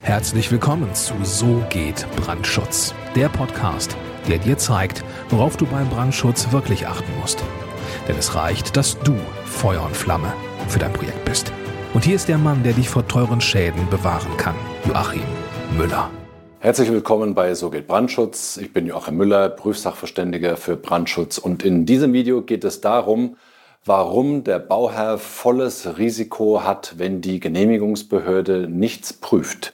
Herzlich willkommen zu So geht Brandschutz, der Podcast, der dir zeigt, worauf du beim Brandschutz wirklich achten musst. Denn es reicht, dass du Feuer und Flamme für dein Projekt bist. Und hier ist der Mann, der dich vor teuren Schäden bewahren kann, Joachim Müller. Herzlich willkommen bei So geht Brandschutz. Ich bin Joachim Müller, Prüfsachverständiger für Brandschutz. Und in diesem Video geht es darum, warum der Bauherr volles Risiko hat, wenn die Genehmigungsbehörde nichts prüft.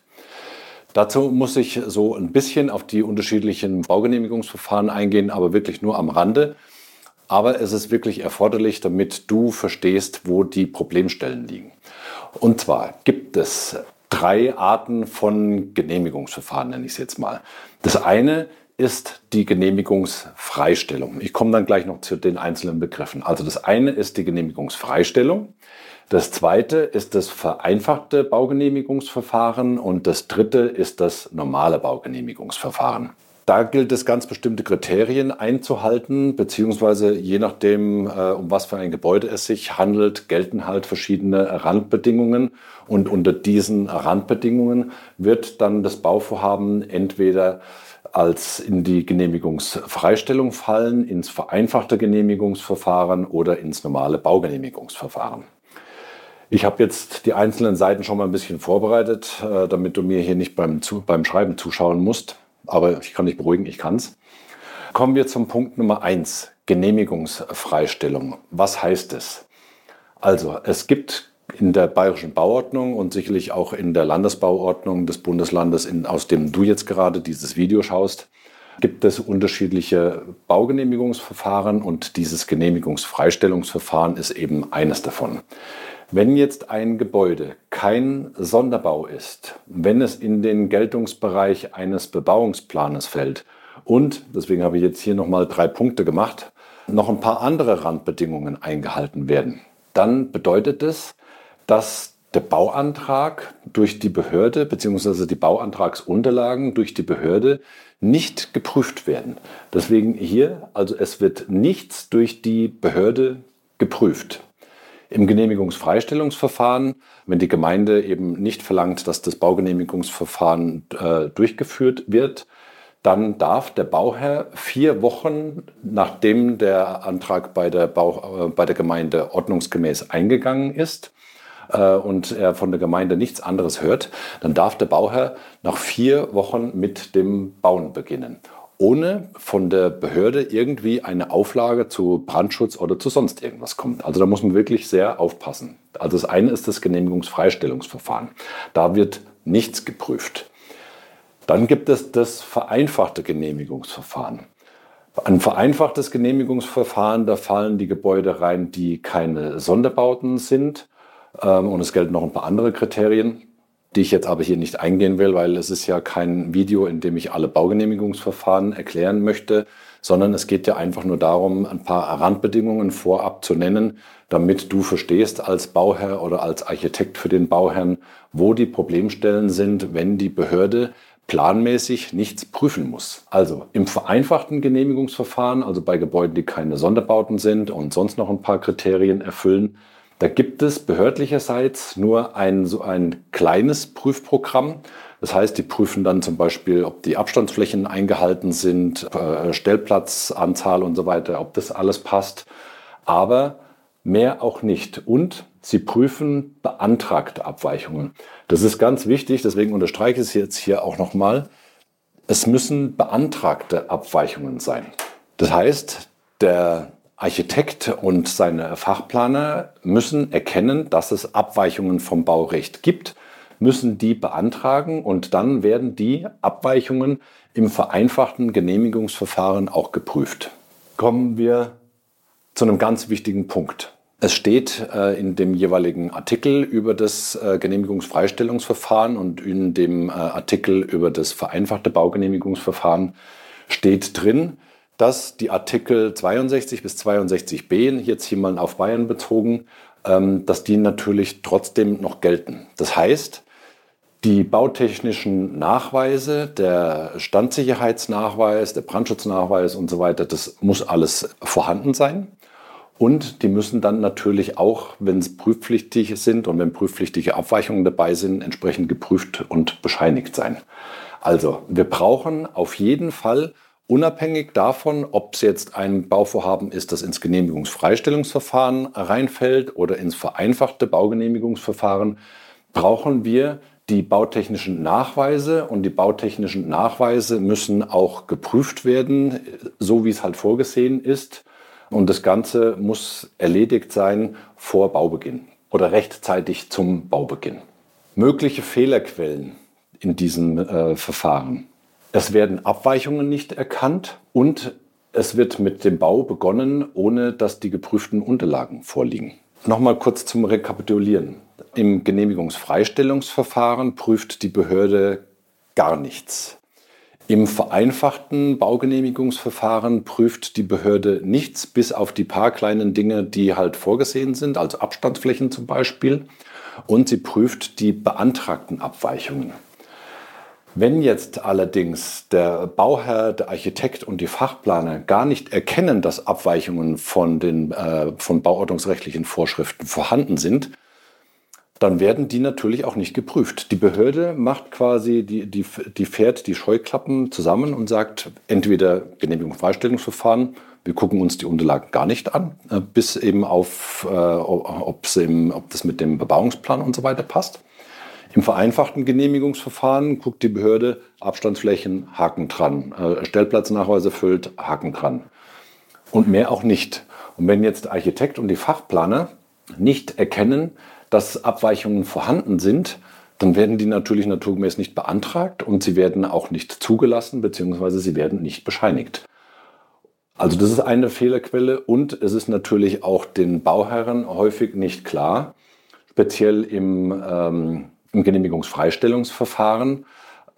Dazu muss ich so ein bisschen auf die unterschiedlichen Baugenehmigungsverfahren eingehen, aber wirklich nur am Rande. Aber es ist wirklich erforderlich, damit du verstehst, wo die Problemstellen liegen. Und zwar gibt es 3 Arten von Genehmigungsverfahren, nenne ich es jetzt mal. Das eine ist die Genehmigungsfreistellung. Ich komme dann gleich noch zu den einzelnen Begriffen. Also das eine ist die Genehmigungsfreistellung. Das zweite ist das vereinfachte Baugenehmigungsverfahren und das dritte ist das normale Baugenehmigungsverfahren. Da gilt es, ganz bestimmte Kriterien einzuhalten, beziehungsweise je nachdem, um was für ein Gebäude es sich handelt, gelten halt verschiedene Randbedingungen. Und unter diesen Randbedingungen wird dann das Bauvorhaben entweder als in die Genehmigungsfreistellung fallen, ins vereinfachte Genehmigungsverfahren oder ins normale Baugenehmigungsverfahren. Ich habe jetzt die einzelnen Seiten schon mal ein bisschen vorbereitet, damit du mir hier nicht beim Schreiben zuschauen musst. Aber ich kann dich beruhigen, ich kann's. Kommen wir zum Punkt Nummer 1, Genehmigungsfreistellung. Was heißt es? Also, es gibt in der Bayerischen Bauordnung und sicherlich auch in der Landesbauordnung des Bundeslandes, aus dem du jetzt gerade dieses Video schaust, gibt es unterschiedliche Baugenehmigungsverfahren und dieses Genehmigungsfreistellungsverfahren ist eben eines davon. Wenn jetzt ein Gebäude kein Sonderbau ist, wenn es in den Geltungsbereich eines Bebauungsplanes fällt und, deswegen habe ich jetzt hier nochmal 3 Punkte gemacht, noch ein paar andere Randbedingungen eingehalten werden, dann bedeutet es, dass der Bauantrag durch die Behörde bzw. die Bauantragsunterlagen durch die Behörde nicht geprüft werden. Deswegen hier, also es wird nichts durch die Behörde geprüft. Im Genehmigungsfreistellungsverfahren, wenn die Gemeinde eben nicht verlangt, dass das Baugenehmigungsverfahren durchgeführt wird, dann darf der Bauherr 4 Wochen, nachdem der Antrag bei der Gemeinde ordnungsgemäß eingegangen ist und er von der Gemeinde nichts anderes hört, dann darf der Bauherr nach 4 Wochen mit dem Bauen beginnen, ohne von der Behörde irgendwie eine Auflage zu Brandschutz oder zu sonst irgendwas kommt. Also da muss man wirklich sehr aufpassen. Also das eine ist das Genehmigungsfreistellungsverfahren. Da wird nichts geprüft. Dann gibt es das vereinfachte Genehmigungsverfahren. Ein vereinfachtes Genehmigungsverfahren, da fallen die Gebäude rein, die keine Sonderbauten sind. Und es gelten noch ein paar andere Kriterien, die ich jetzt aber hier nicht eingehen will, weil es ist ja kein Video, in dem ich alle Baugenehmigungsverfahren erklären möchte, sondern es geht ja einfach nur darum, ein paar Randbedingungen vorab zu nennen, damit du verstehst als Bauherr oder als Architekt für den Bauherrn, wo die Problemstellen sind, wenn die Behörde planmäßig nichts prüfen muss. Also im vereinfachten Genehmigungsverfahren, also bei Gebäuden, die keine Sonderbauten sind und sonst noch ein paar Kriterien erfüllen, da gibt es behördlicherseits nur so ein kleines Prüfprogramm. Das heißt, die prüfen dann zum Beispiel, ob die Abstandsflächen eingehalten sind, Stellplatzanzahl und so weiter, ob das alles passt. Aber mehr auch nicht. Und sie prüfen beantragte Abweichungen. Das ist ganz wichtig, deswegen unterstreiche ich es jetzt hier auch nochmal. Es müssen beantragte Abweichungen sein. Das heißt, der Architekt und seine Fachplaner müssen erkennen, dass es Abweichungen vom Baurecht gibt, müssen die beantragen und dann werden die Abweichungen im vereinfachten Genehmigungsverfahren auch geprüft. Kommen wir zu einem ganz wichtigen Punkt. Es steht in dem jeweiligen Artikel über das Genehmigungsfreistellungsverfahren und in dem Artikel über das vereinfachte Baugenehmigungsverfahren steht drin, dass die Artikel 62 bis 62b, jetzt hier mal auf Bayern bezogen, dass die natürlich trotzdem noch gelten. Das heißt, die bautechnischen Nachweise, der Standsicherheitsnachweis, der Brandschutznachweis und so weiter, das muss alles vorhanden sein. Und die müssen dann natürlich auch, wenn es prüfpflichtig sind und wenn prüfpflichtige Abweichungen dabei sind, entsprechend geprüft und bescheinigt sein. Also wir brauchen auf jeden Fall, unabhängig davon, ob es jetzt ein Bauvorhaben ist, das ins Genehmigungsfreistellungsverfahren reinfällt oder ins vereinfachte Baugenehmigungsverfahren, brauchen wir die bautechnischen Nachweise, und die bautechnischen Nachweise müssen auch geprüft werden, so wie es halt vorgesehen ist. Und das Ganze muss erledigt sein vor Baubeginn oder rechtzeitig zum Baubeginn. Mögliche Fehlerquellen in diesem Verfahren. Es werden Abweichungen nicht erkannt und es wird mit dem Bau begonnen, ohne dass die geprüften Unterlagen vorliegen. Nochmal kurz zum Rekapitulieren. Im Genehmigungsfreistellungsverfahren prüft die Behörde gar nichts. Im vereinfachten Baugenehmigungsverfahren prüft die Behörde nichts, bis auf die paar kleinen Dinge, die halt vorgesehen sind, also Abstandsflächen zum Beispiel. Und sie prüft die beantragten Abweichungen. Wenn jetzt allerdings der Bauherr, der Architekt und die Fachplaner gar nicht erkennen, dass Abweichungen von bauordnungsrechtlichen Vorschriften vorhanden sind, dann werden die natürlich auch nicht geprüft. Die Behörde macht quasi, die fährt die Scheuklappen zusammen und sagt, entweder Genehmigungsfreistellungsverfahren, wir gucken uns die Unterlagen gar nicht an, bis eben auf, ob das mit dem Bebauungsplan und so weiter passt. Im vereinfachten Genehmigungsverfahren guckt die Behörde Abstandsflächen, Haken dran, Stellplatznachweis erfüllt, Haken dran. Und mehr auch nicht. Und wenn jetzt der Architekt und die Fachplaner nicht erkennen, dass Abweichungen vorhanden sind, dann werden die natürlich naturgemäß nicht beantragt und sie werden auch nicht zugelassen bzw. sie werden nicht bescheinigt. Also das ist eine Fehlerquelle und es ist natürlich auch den Bauherren häufig nicht klar, speziell im Genehmigungsfreistellungsverfahren,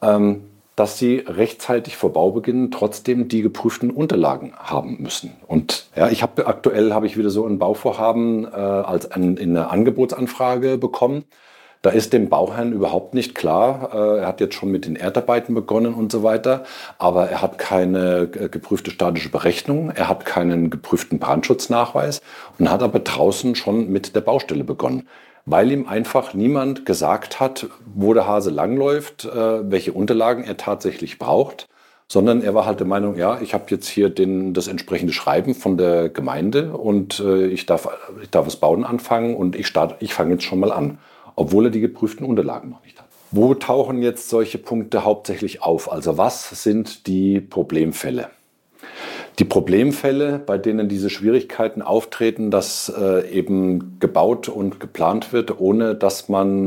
dass sie rechtzeitig vor Baubeginn trotzdem die geprüften Unterlagen haben müssen. Und ja, aktuell habe ich wieder so ein Bauvorhaben in eine Angebotsanfrage bekommen. Da ist dem Bauherrn überhaupt nicht klar, er hat jetzt schon mit den Erdarbeiten begonnen und so weiter, aber er hat keine geprüfte statische Berechnung, er hat keinen geprüften Brandschutznachweis und hat aber draußen schon mit der Baustelle begonnen, weil ihm einfach niemand gesagt hat, wo der Hase langläuft, welche Unterlagen er tatsächlich braucht, sondern er war halt der Meinung, ja, ich habe jetzt hier das entsprechende Schreiben von der Gemeinde und ich darf das Bauen anfangen und ich fange jetzt schon mal an, obwohl er die geprüften Unterlagen noch nicht hat. Wo tauchen jetzt solche Punkte hauptsächlich auf? Also was sind die Problemfälle? Die Problemfälle, bei denen diese Schwierigkeiten auftreten, dass eben gebaut und geplant wird, ohne dass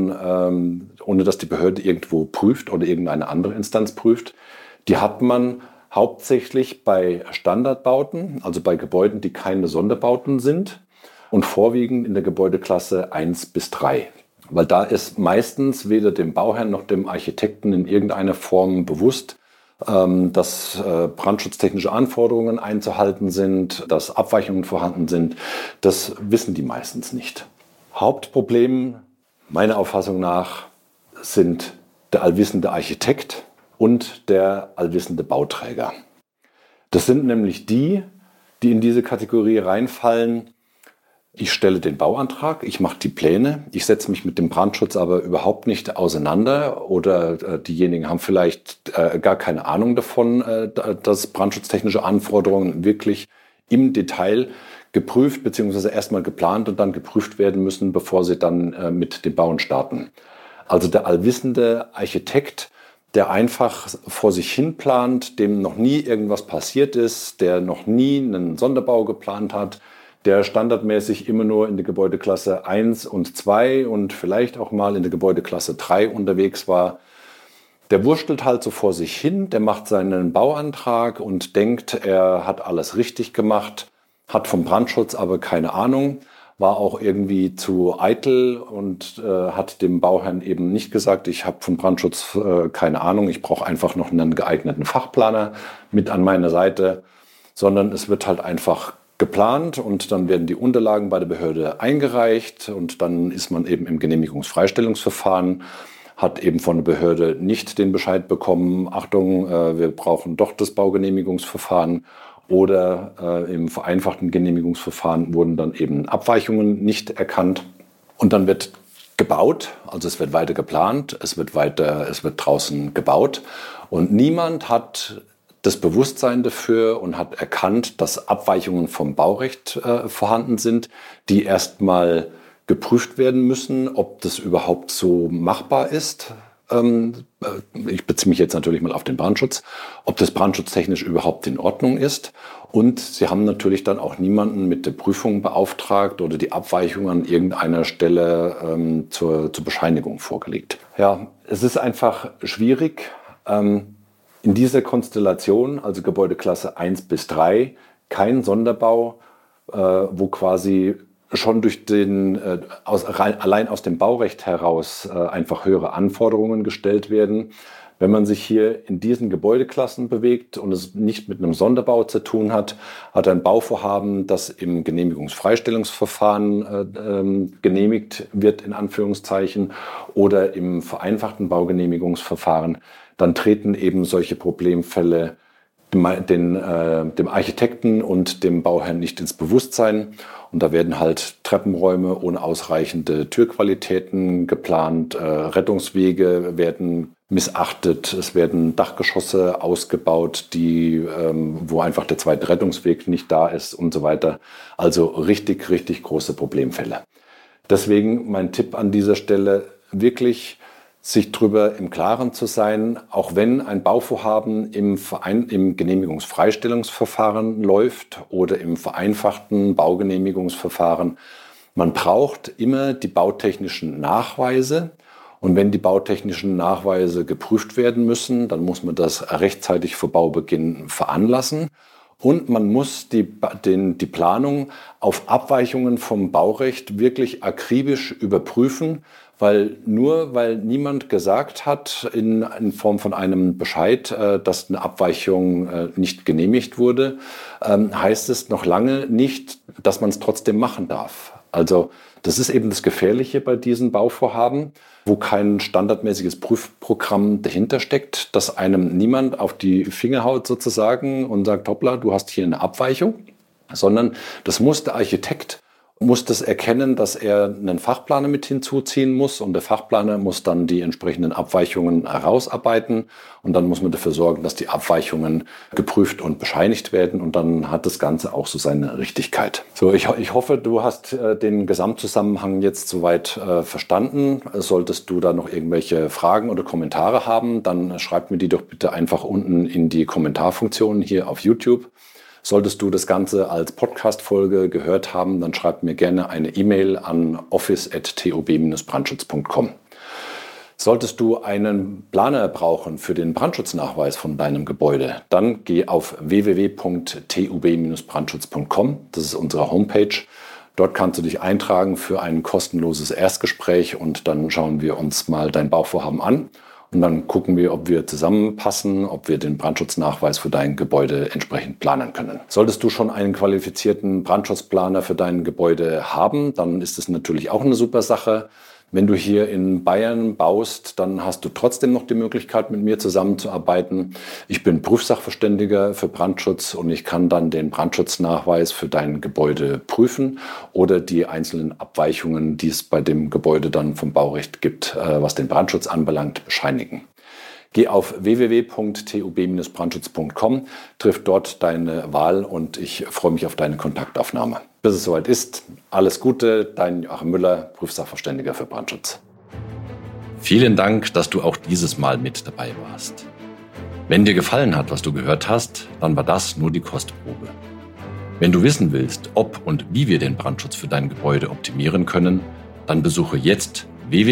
die Behörde irgendwo prüft oder irgendeine andere Instanz prüft, die hat man hauptsächlich bei Standardbauten, also bei Gebäuden, die keine Sonderbauten sind und vorwiegend in der Gebäudeklasse 1 bis 3. Weil da ist meistens weder dem Bauherrn noch dem Architekten in irgendeiner Form bewusst, dass brandschutztechnische Anforderungen einzuhalten sind, dass Abweichungen vorhanden sind. Das wissen die meistens nicht. Hauptproblem, meiner Auffassung nach, sind der allwissende Architekt und der allwissende Bauträger. Das sind nämlich die in diese Kategorie reinfallen. Ich stelle den Bauantrag, ich mache die Pläne, ich setze mich mit dem Brandschutz aber überhaupt nicht auseinander oder diejenigen haben vielleicht gar keine Ahnung davon, dass brandschutztechnische Anforderungen wirklich im Detail geprüft bzw. erstmal geplant und dann geprüft werden müssen, bevor sie dann mit dem Bauen starten. Also der allwissende Architekt, der einfach vor sich hin plant, dem noch nie irgendwas passiert ist, der noch nie einen Sonderbau geplant hat, der standardmäßig immer nur in der Gebäudeklasse 1 und 2 und vielleicht auch mal in der Gebäudeklasse 3 unterwegs war, der wurschtelt halt so vor sich hin, der macht seinen Bauantrag und denkt, er hat alles richtig gemacht, hat vom Brandschutz aber keine Ahnung, war auch irgendwie zu eitel und hat dem Bauherrn eben nicht gesagt, ich habe vom Brandschutz keine Ahnung, ich brauche einfach noch einen geeigneten Fachplaner mit an meiner Seite, sondern es wird halt einfach geplant und dann werden die Unterlagen bei der Behörde eingereicht und dann ist man eben im Genehmigungsfreistellungsverfahren, hat eben von der Behörde nicht den Bescheid bekommen, Achtung, wir brauchen doch das Baugenehmigungsverfahren oder im vereinfachten Genehmigungsverfahren wurden dann eben Abweichungen nicht erkannt. Und dann wird gebaut, also es wird weiter geplant, es wird draußen gebaut. Und niemand hat das Bewusstsein dafür und hat erkannt, dass Abweichungen vom Baurecht vorhanden sind, die erstmal geprüft werden müssen, ob das überhaupt so machbar ist. Ich beziehe mich jetzt natürlich mal auf den Brandschutz, ob das brandschutztechnisch überhaupt in Ordnung ist. Und sie haben natürlich dann auch niemanden mit der Prüfung beauftragt oder die Abweichung an irgendeiner Stelle zur Bescheinigung vorgelegt. Ja, es ist einfach schwierig, in dieser Konstellation, also Gebäudeklasse 1 bis 3, kein Sonderbau, wo quasi schon durch allein aus dem Baurecht heraus einfach höhere Anforderungen gestellt werden. Wenn man sich hier in diesen Gebäudeklassen bewegt und es nicht mit einem Sonderbau zu tun hat ein Bauvorhaben, das im Genehmigungsfreistellungsverfahren genehmigt wird, in Anführungszeichen, oder im vereinfachten Baugenehmigungsverfahren, dann treten eben solche Problemfälle dem Architekten und dem Bauherrn nicht ins Bewusstsein. Und da werden halt Treppenräume ohne ausreichende Türqualitäten geplant, Rettungswege werden missachtet, es werden Dachgeschosse ausgebaut, wo einfach der zweite Rettungsweg nicht da ist und so weiter. Also richtig, richtig große Problemfälle. Deswegen mein Tipp an dieser Stelle, wirklich sich darüber im Klaren zu sein, auch wenn ein Bauvorhaben im Genehmigungsfreistellungsverfahren läuft oder im vereinfachten Baugenehmigungsverfahren. Man braucht immer die bautechnischen Nachweise. Und wenn die bautechnischen Nachweise geprüft werden müssen, dann muss man das rechtzeitig vor Baubeginn veranlassen. Und man muss die Planung auf Abweichungen vom Baurecht wirklich akribisch überprüfen, weil niemand gesagt hat in Form von einem Bescheid, dass eine Abweichung nicht genehmigt wurde, heißt es noch lange nicht, dass man es trotzdem machen darf. Also das ist eben das Gefährliche bei diesen Bauvorhaben, wo kein standardmäßiges Prüfprogramm dahinter steckt, dass einem niemand auf die Finger haut sozusagen und sagt, hoppla, du hast hier eine Abweichung, sondern das muss der Architekt muss das erkennen, dass er einen Fachplaner mit hinzuziehen muss und der Fachplaner muss dann die entsprechenden Abweichungen herausarbeiten und dann muss man dafür sorgen, dass die Abweichungen geprüft und bescheinigt werden und dann hat das Ganze auch so seine Richtigkeit. So, ich hoffe, du hast den Gesamtzusammenhang jetzt soweit verstanden. Solltest du da noch irgendwelche Fragen oder Kommentare haben, dann schreib mir die doch bitte einfach unten in die Kommentarfunktion hier auf YouTube. Solltest du das Ganze als Podcast-Folge gehört haben, dann schreib mir gerne eine E-Mail an office@tub-brandschutz.com. Solltest du einen Planer brauchen für den Brandschutznachweis von deinem Gebäude, dann geh auf www.tub-brandschutz.com. Das ist unsere Homepage. Dort kannst du dich eintragen für ein kostenloses Erstgespräch und dann schauen wir uns mal dein Bauvorhaben an. Und dann gucken wir, ob wir zusammenpassen, ob wir den Brandschutznachweis für dein Gebäude entsprechend planen können. Solltest du schon einen qualifizierten Brandschutzplaner für dein Gebäude haben, dann ist es natürlich auch eine super Sache. Wenn du hier in Bayern baust, dann hast du trotzdem noch die Möglichkeit, mit mir zusammenzuarbeiten. Ich bin Prüfsachverständiger für Brandschutz und ich kann dann den Brandschutznachweis für dein Gebäude prüfen oder die einzelnen Abweichungen, die es bei dem Gebäude dann vom Baurecht gibt, was den Brandschutz anbelangt, bescheinigen. Geh auf www.tub-brandschutz.com, triff dort deine Wahl und ich freue mich auf deine Kontaktaufnahme. Bis es soweit ist, alles Gute, dein Joachim Müller, Prüfsachverständiger für Brandschutz. Vielen Dank, dass du auch dieses Mal mit dabei warst. Wenn dir gefallen hat, was du gehört hast, dann war das nur die Kostprobe. Wenn du wissen willst, ob und wie wir den Brandschutz für dein Gebäude optimieren können, dann besuche jetzt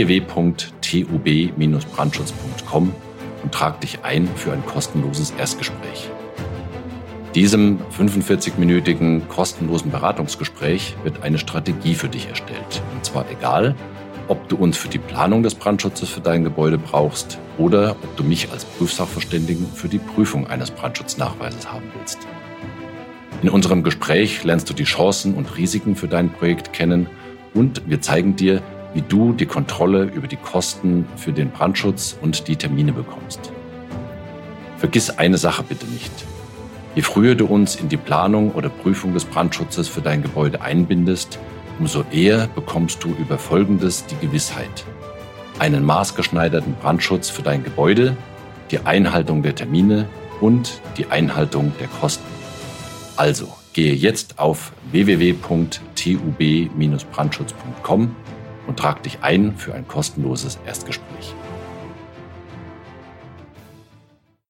www.tub-brandschutz.com und trag dich ein für ein kostenloses Erstgespräch. Diesem 45-minütigen kostenlosen Beratungsgespräch wird eine Strategie für dich erstellt. Und zwar egal, ob du uns für die Planung des Brandschutzes für dein Gebäude brauchst oder ob du mich als Prüfsachverständigen für die Prüfung eines Brandschutznachweises haben willst. In unserem Gespräch lernst du die Chancen und Risiken für dein Projekt kennen und wir zeigen dir, wie du die Kontrolle über die Kosten für den Brandschutz und die Termine bekommst. Vergiss eine Sache bitte nicht. Je früher du uns in die Planung oder Prüfung des Brandschutzes für dein Gebäude einbindest, umso eher bekommst du über Folgendes die Gewissheit: einen maßgeschneiderten Brandschutz für dein Gebäude, die Einhaltung der Termine und die Einhaltung der Kosten. Also gehe jetzt auf www.tub-brandschutz.com und trag dich ein für ein kostenloses Erstgespräch.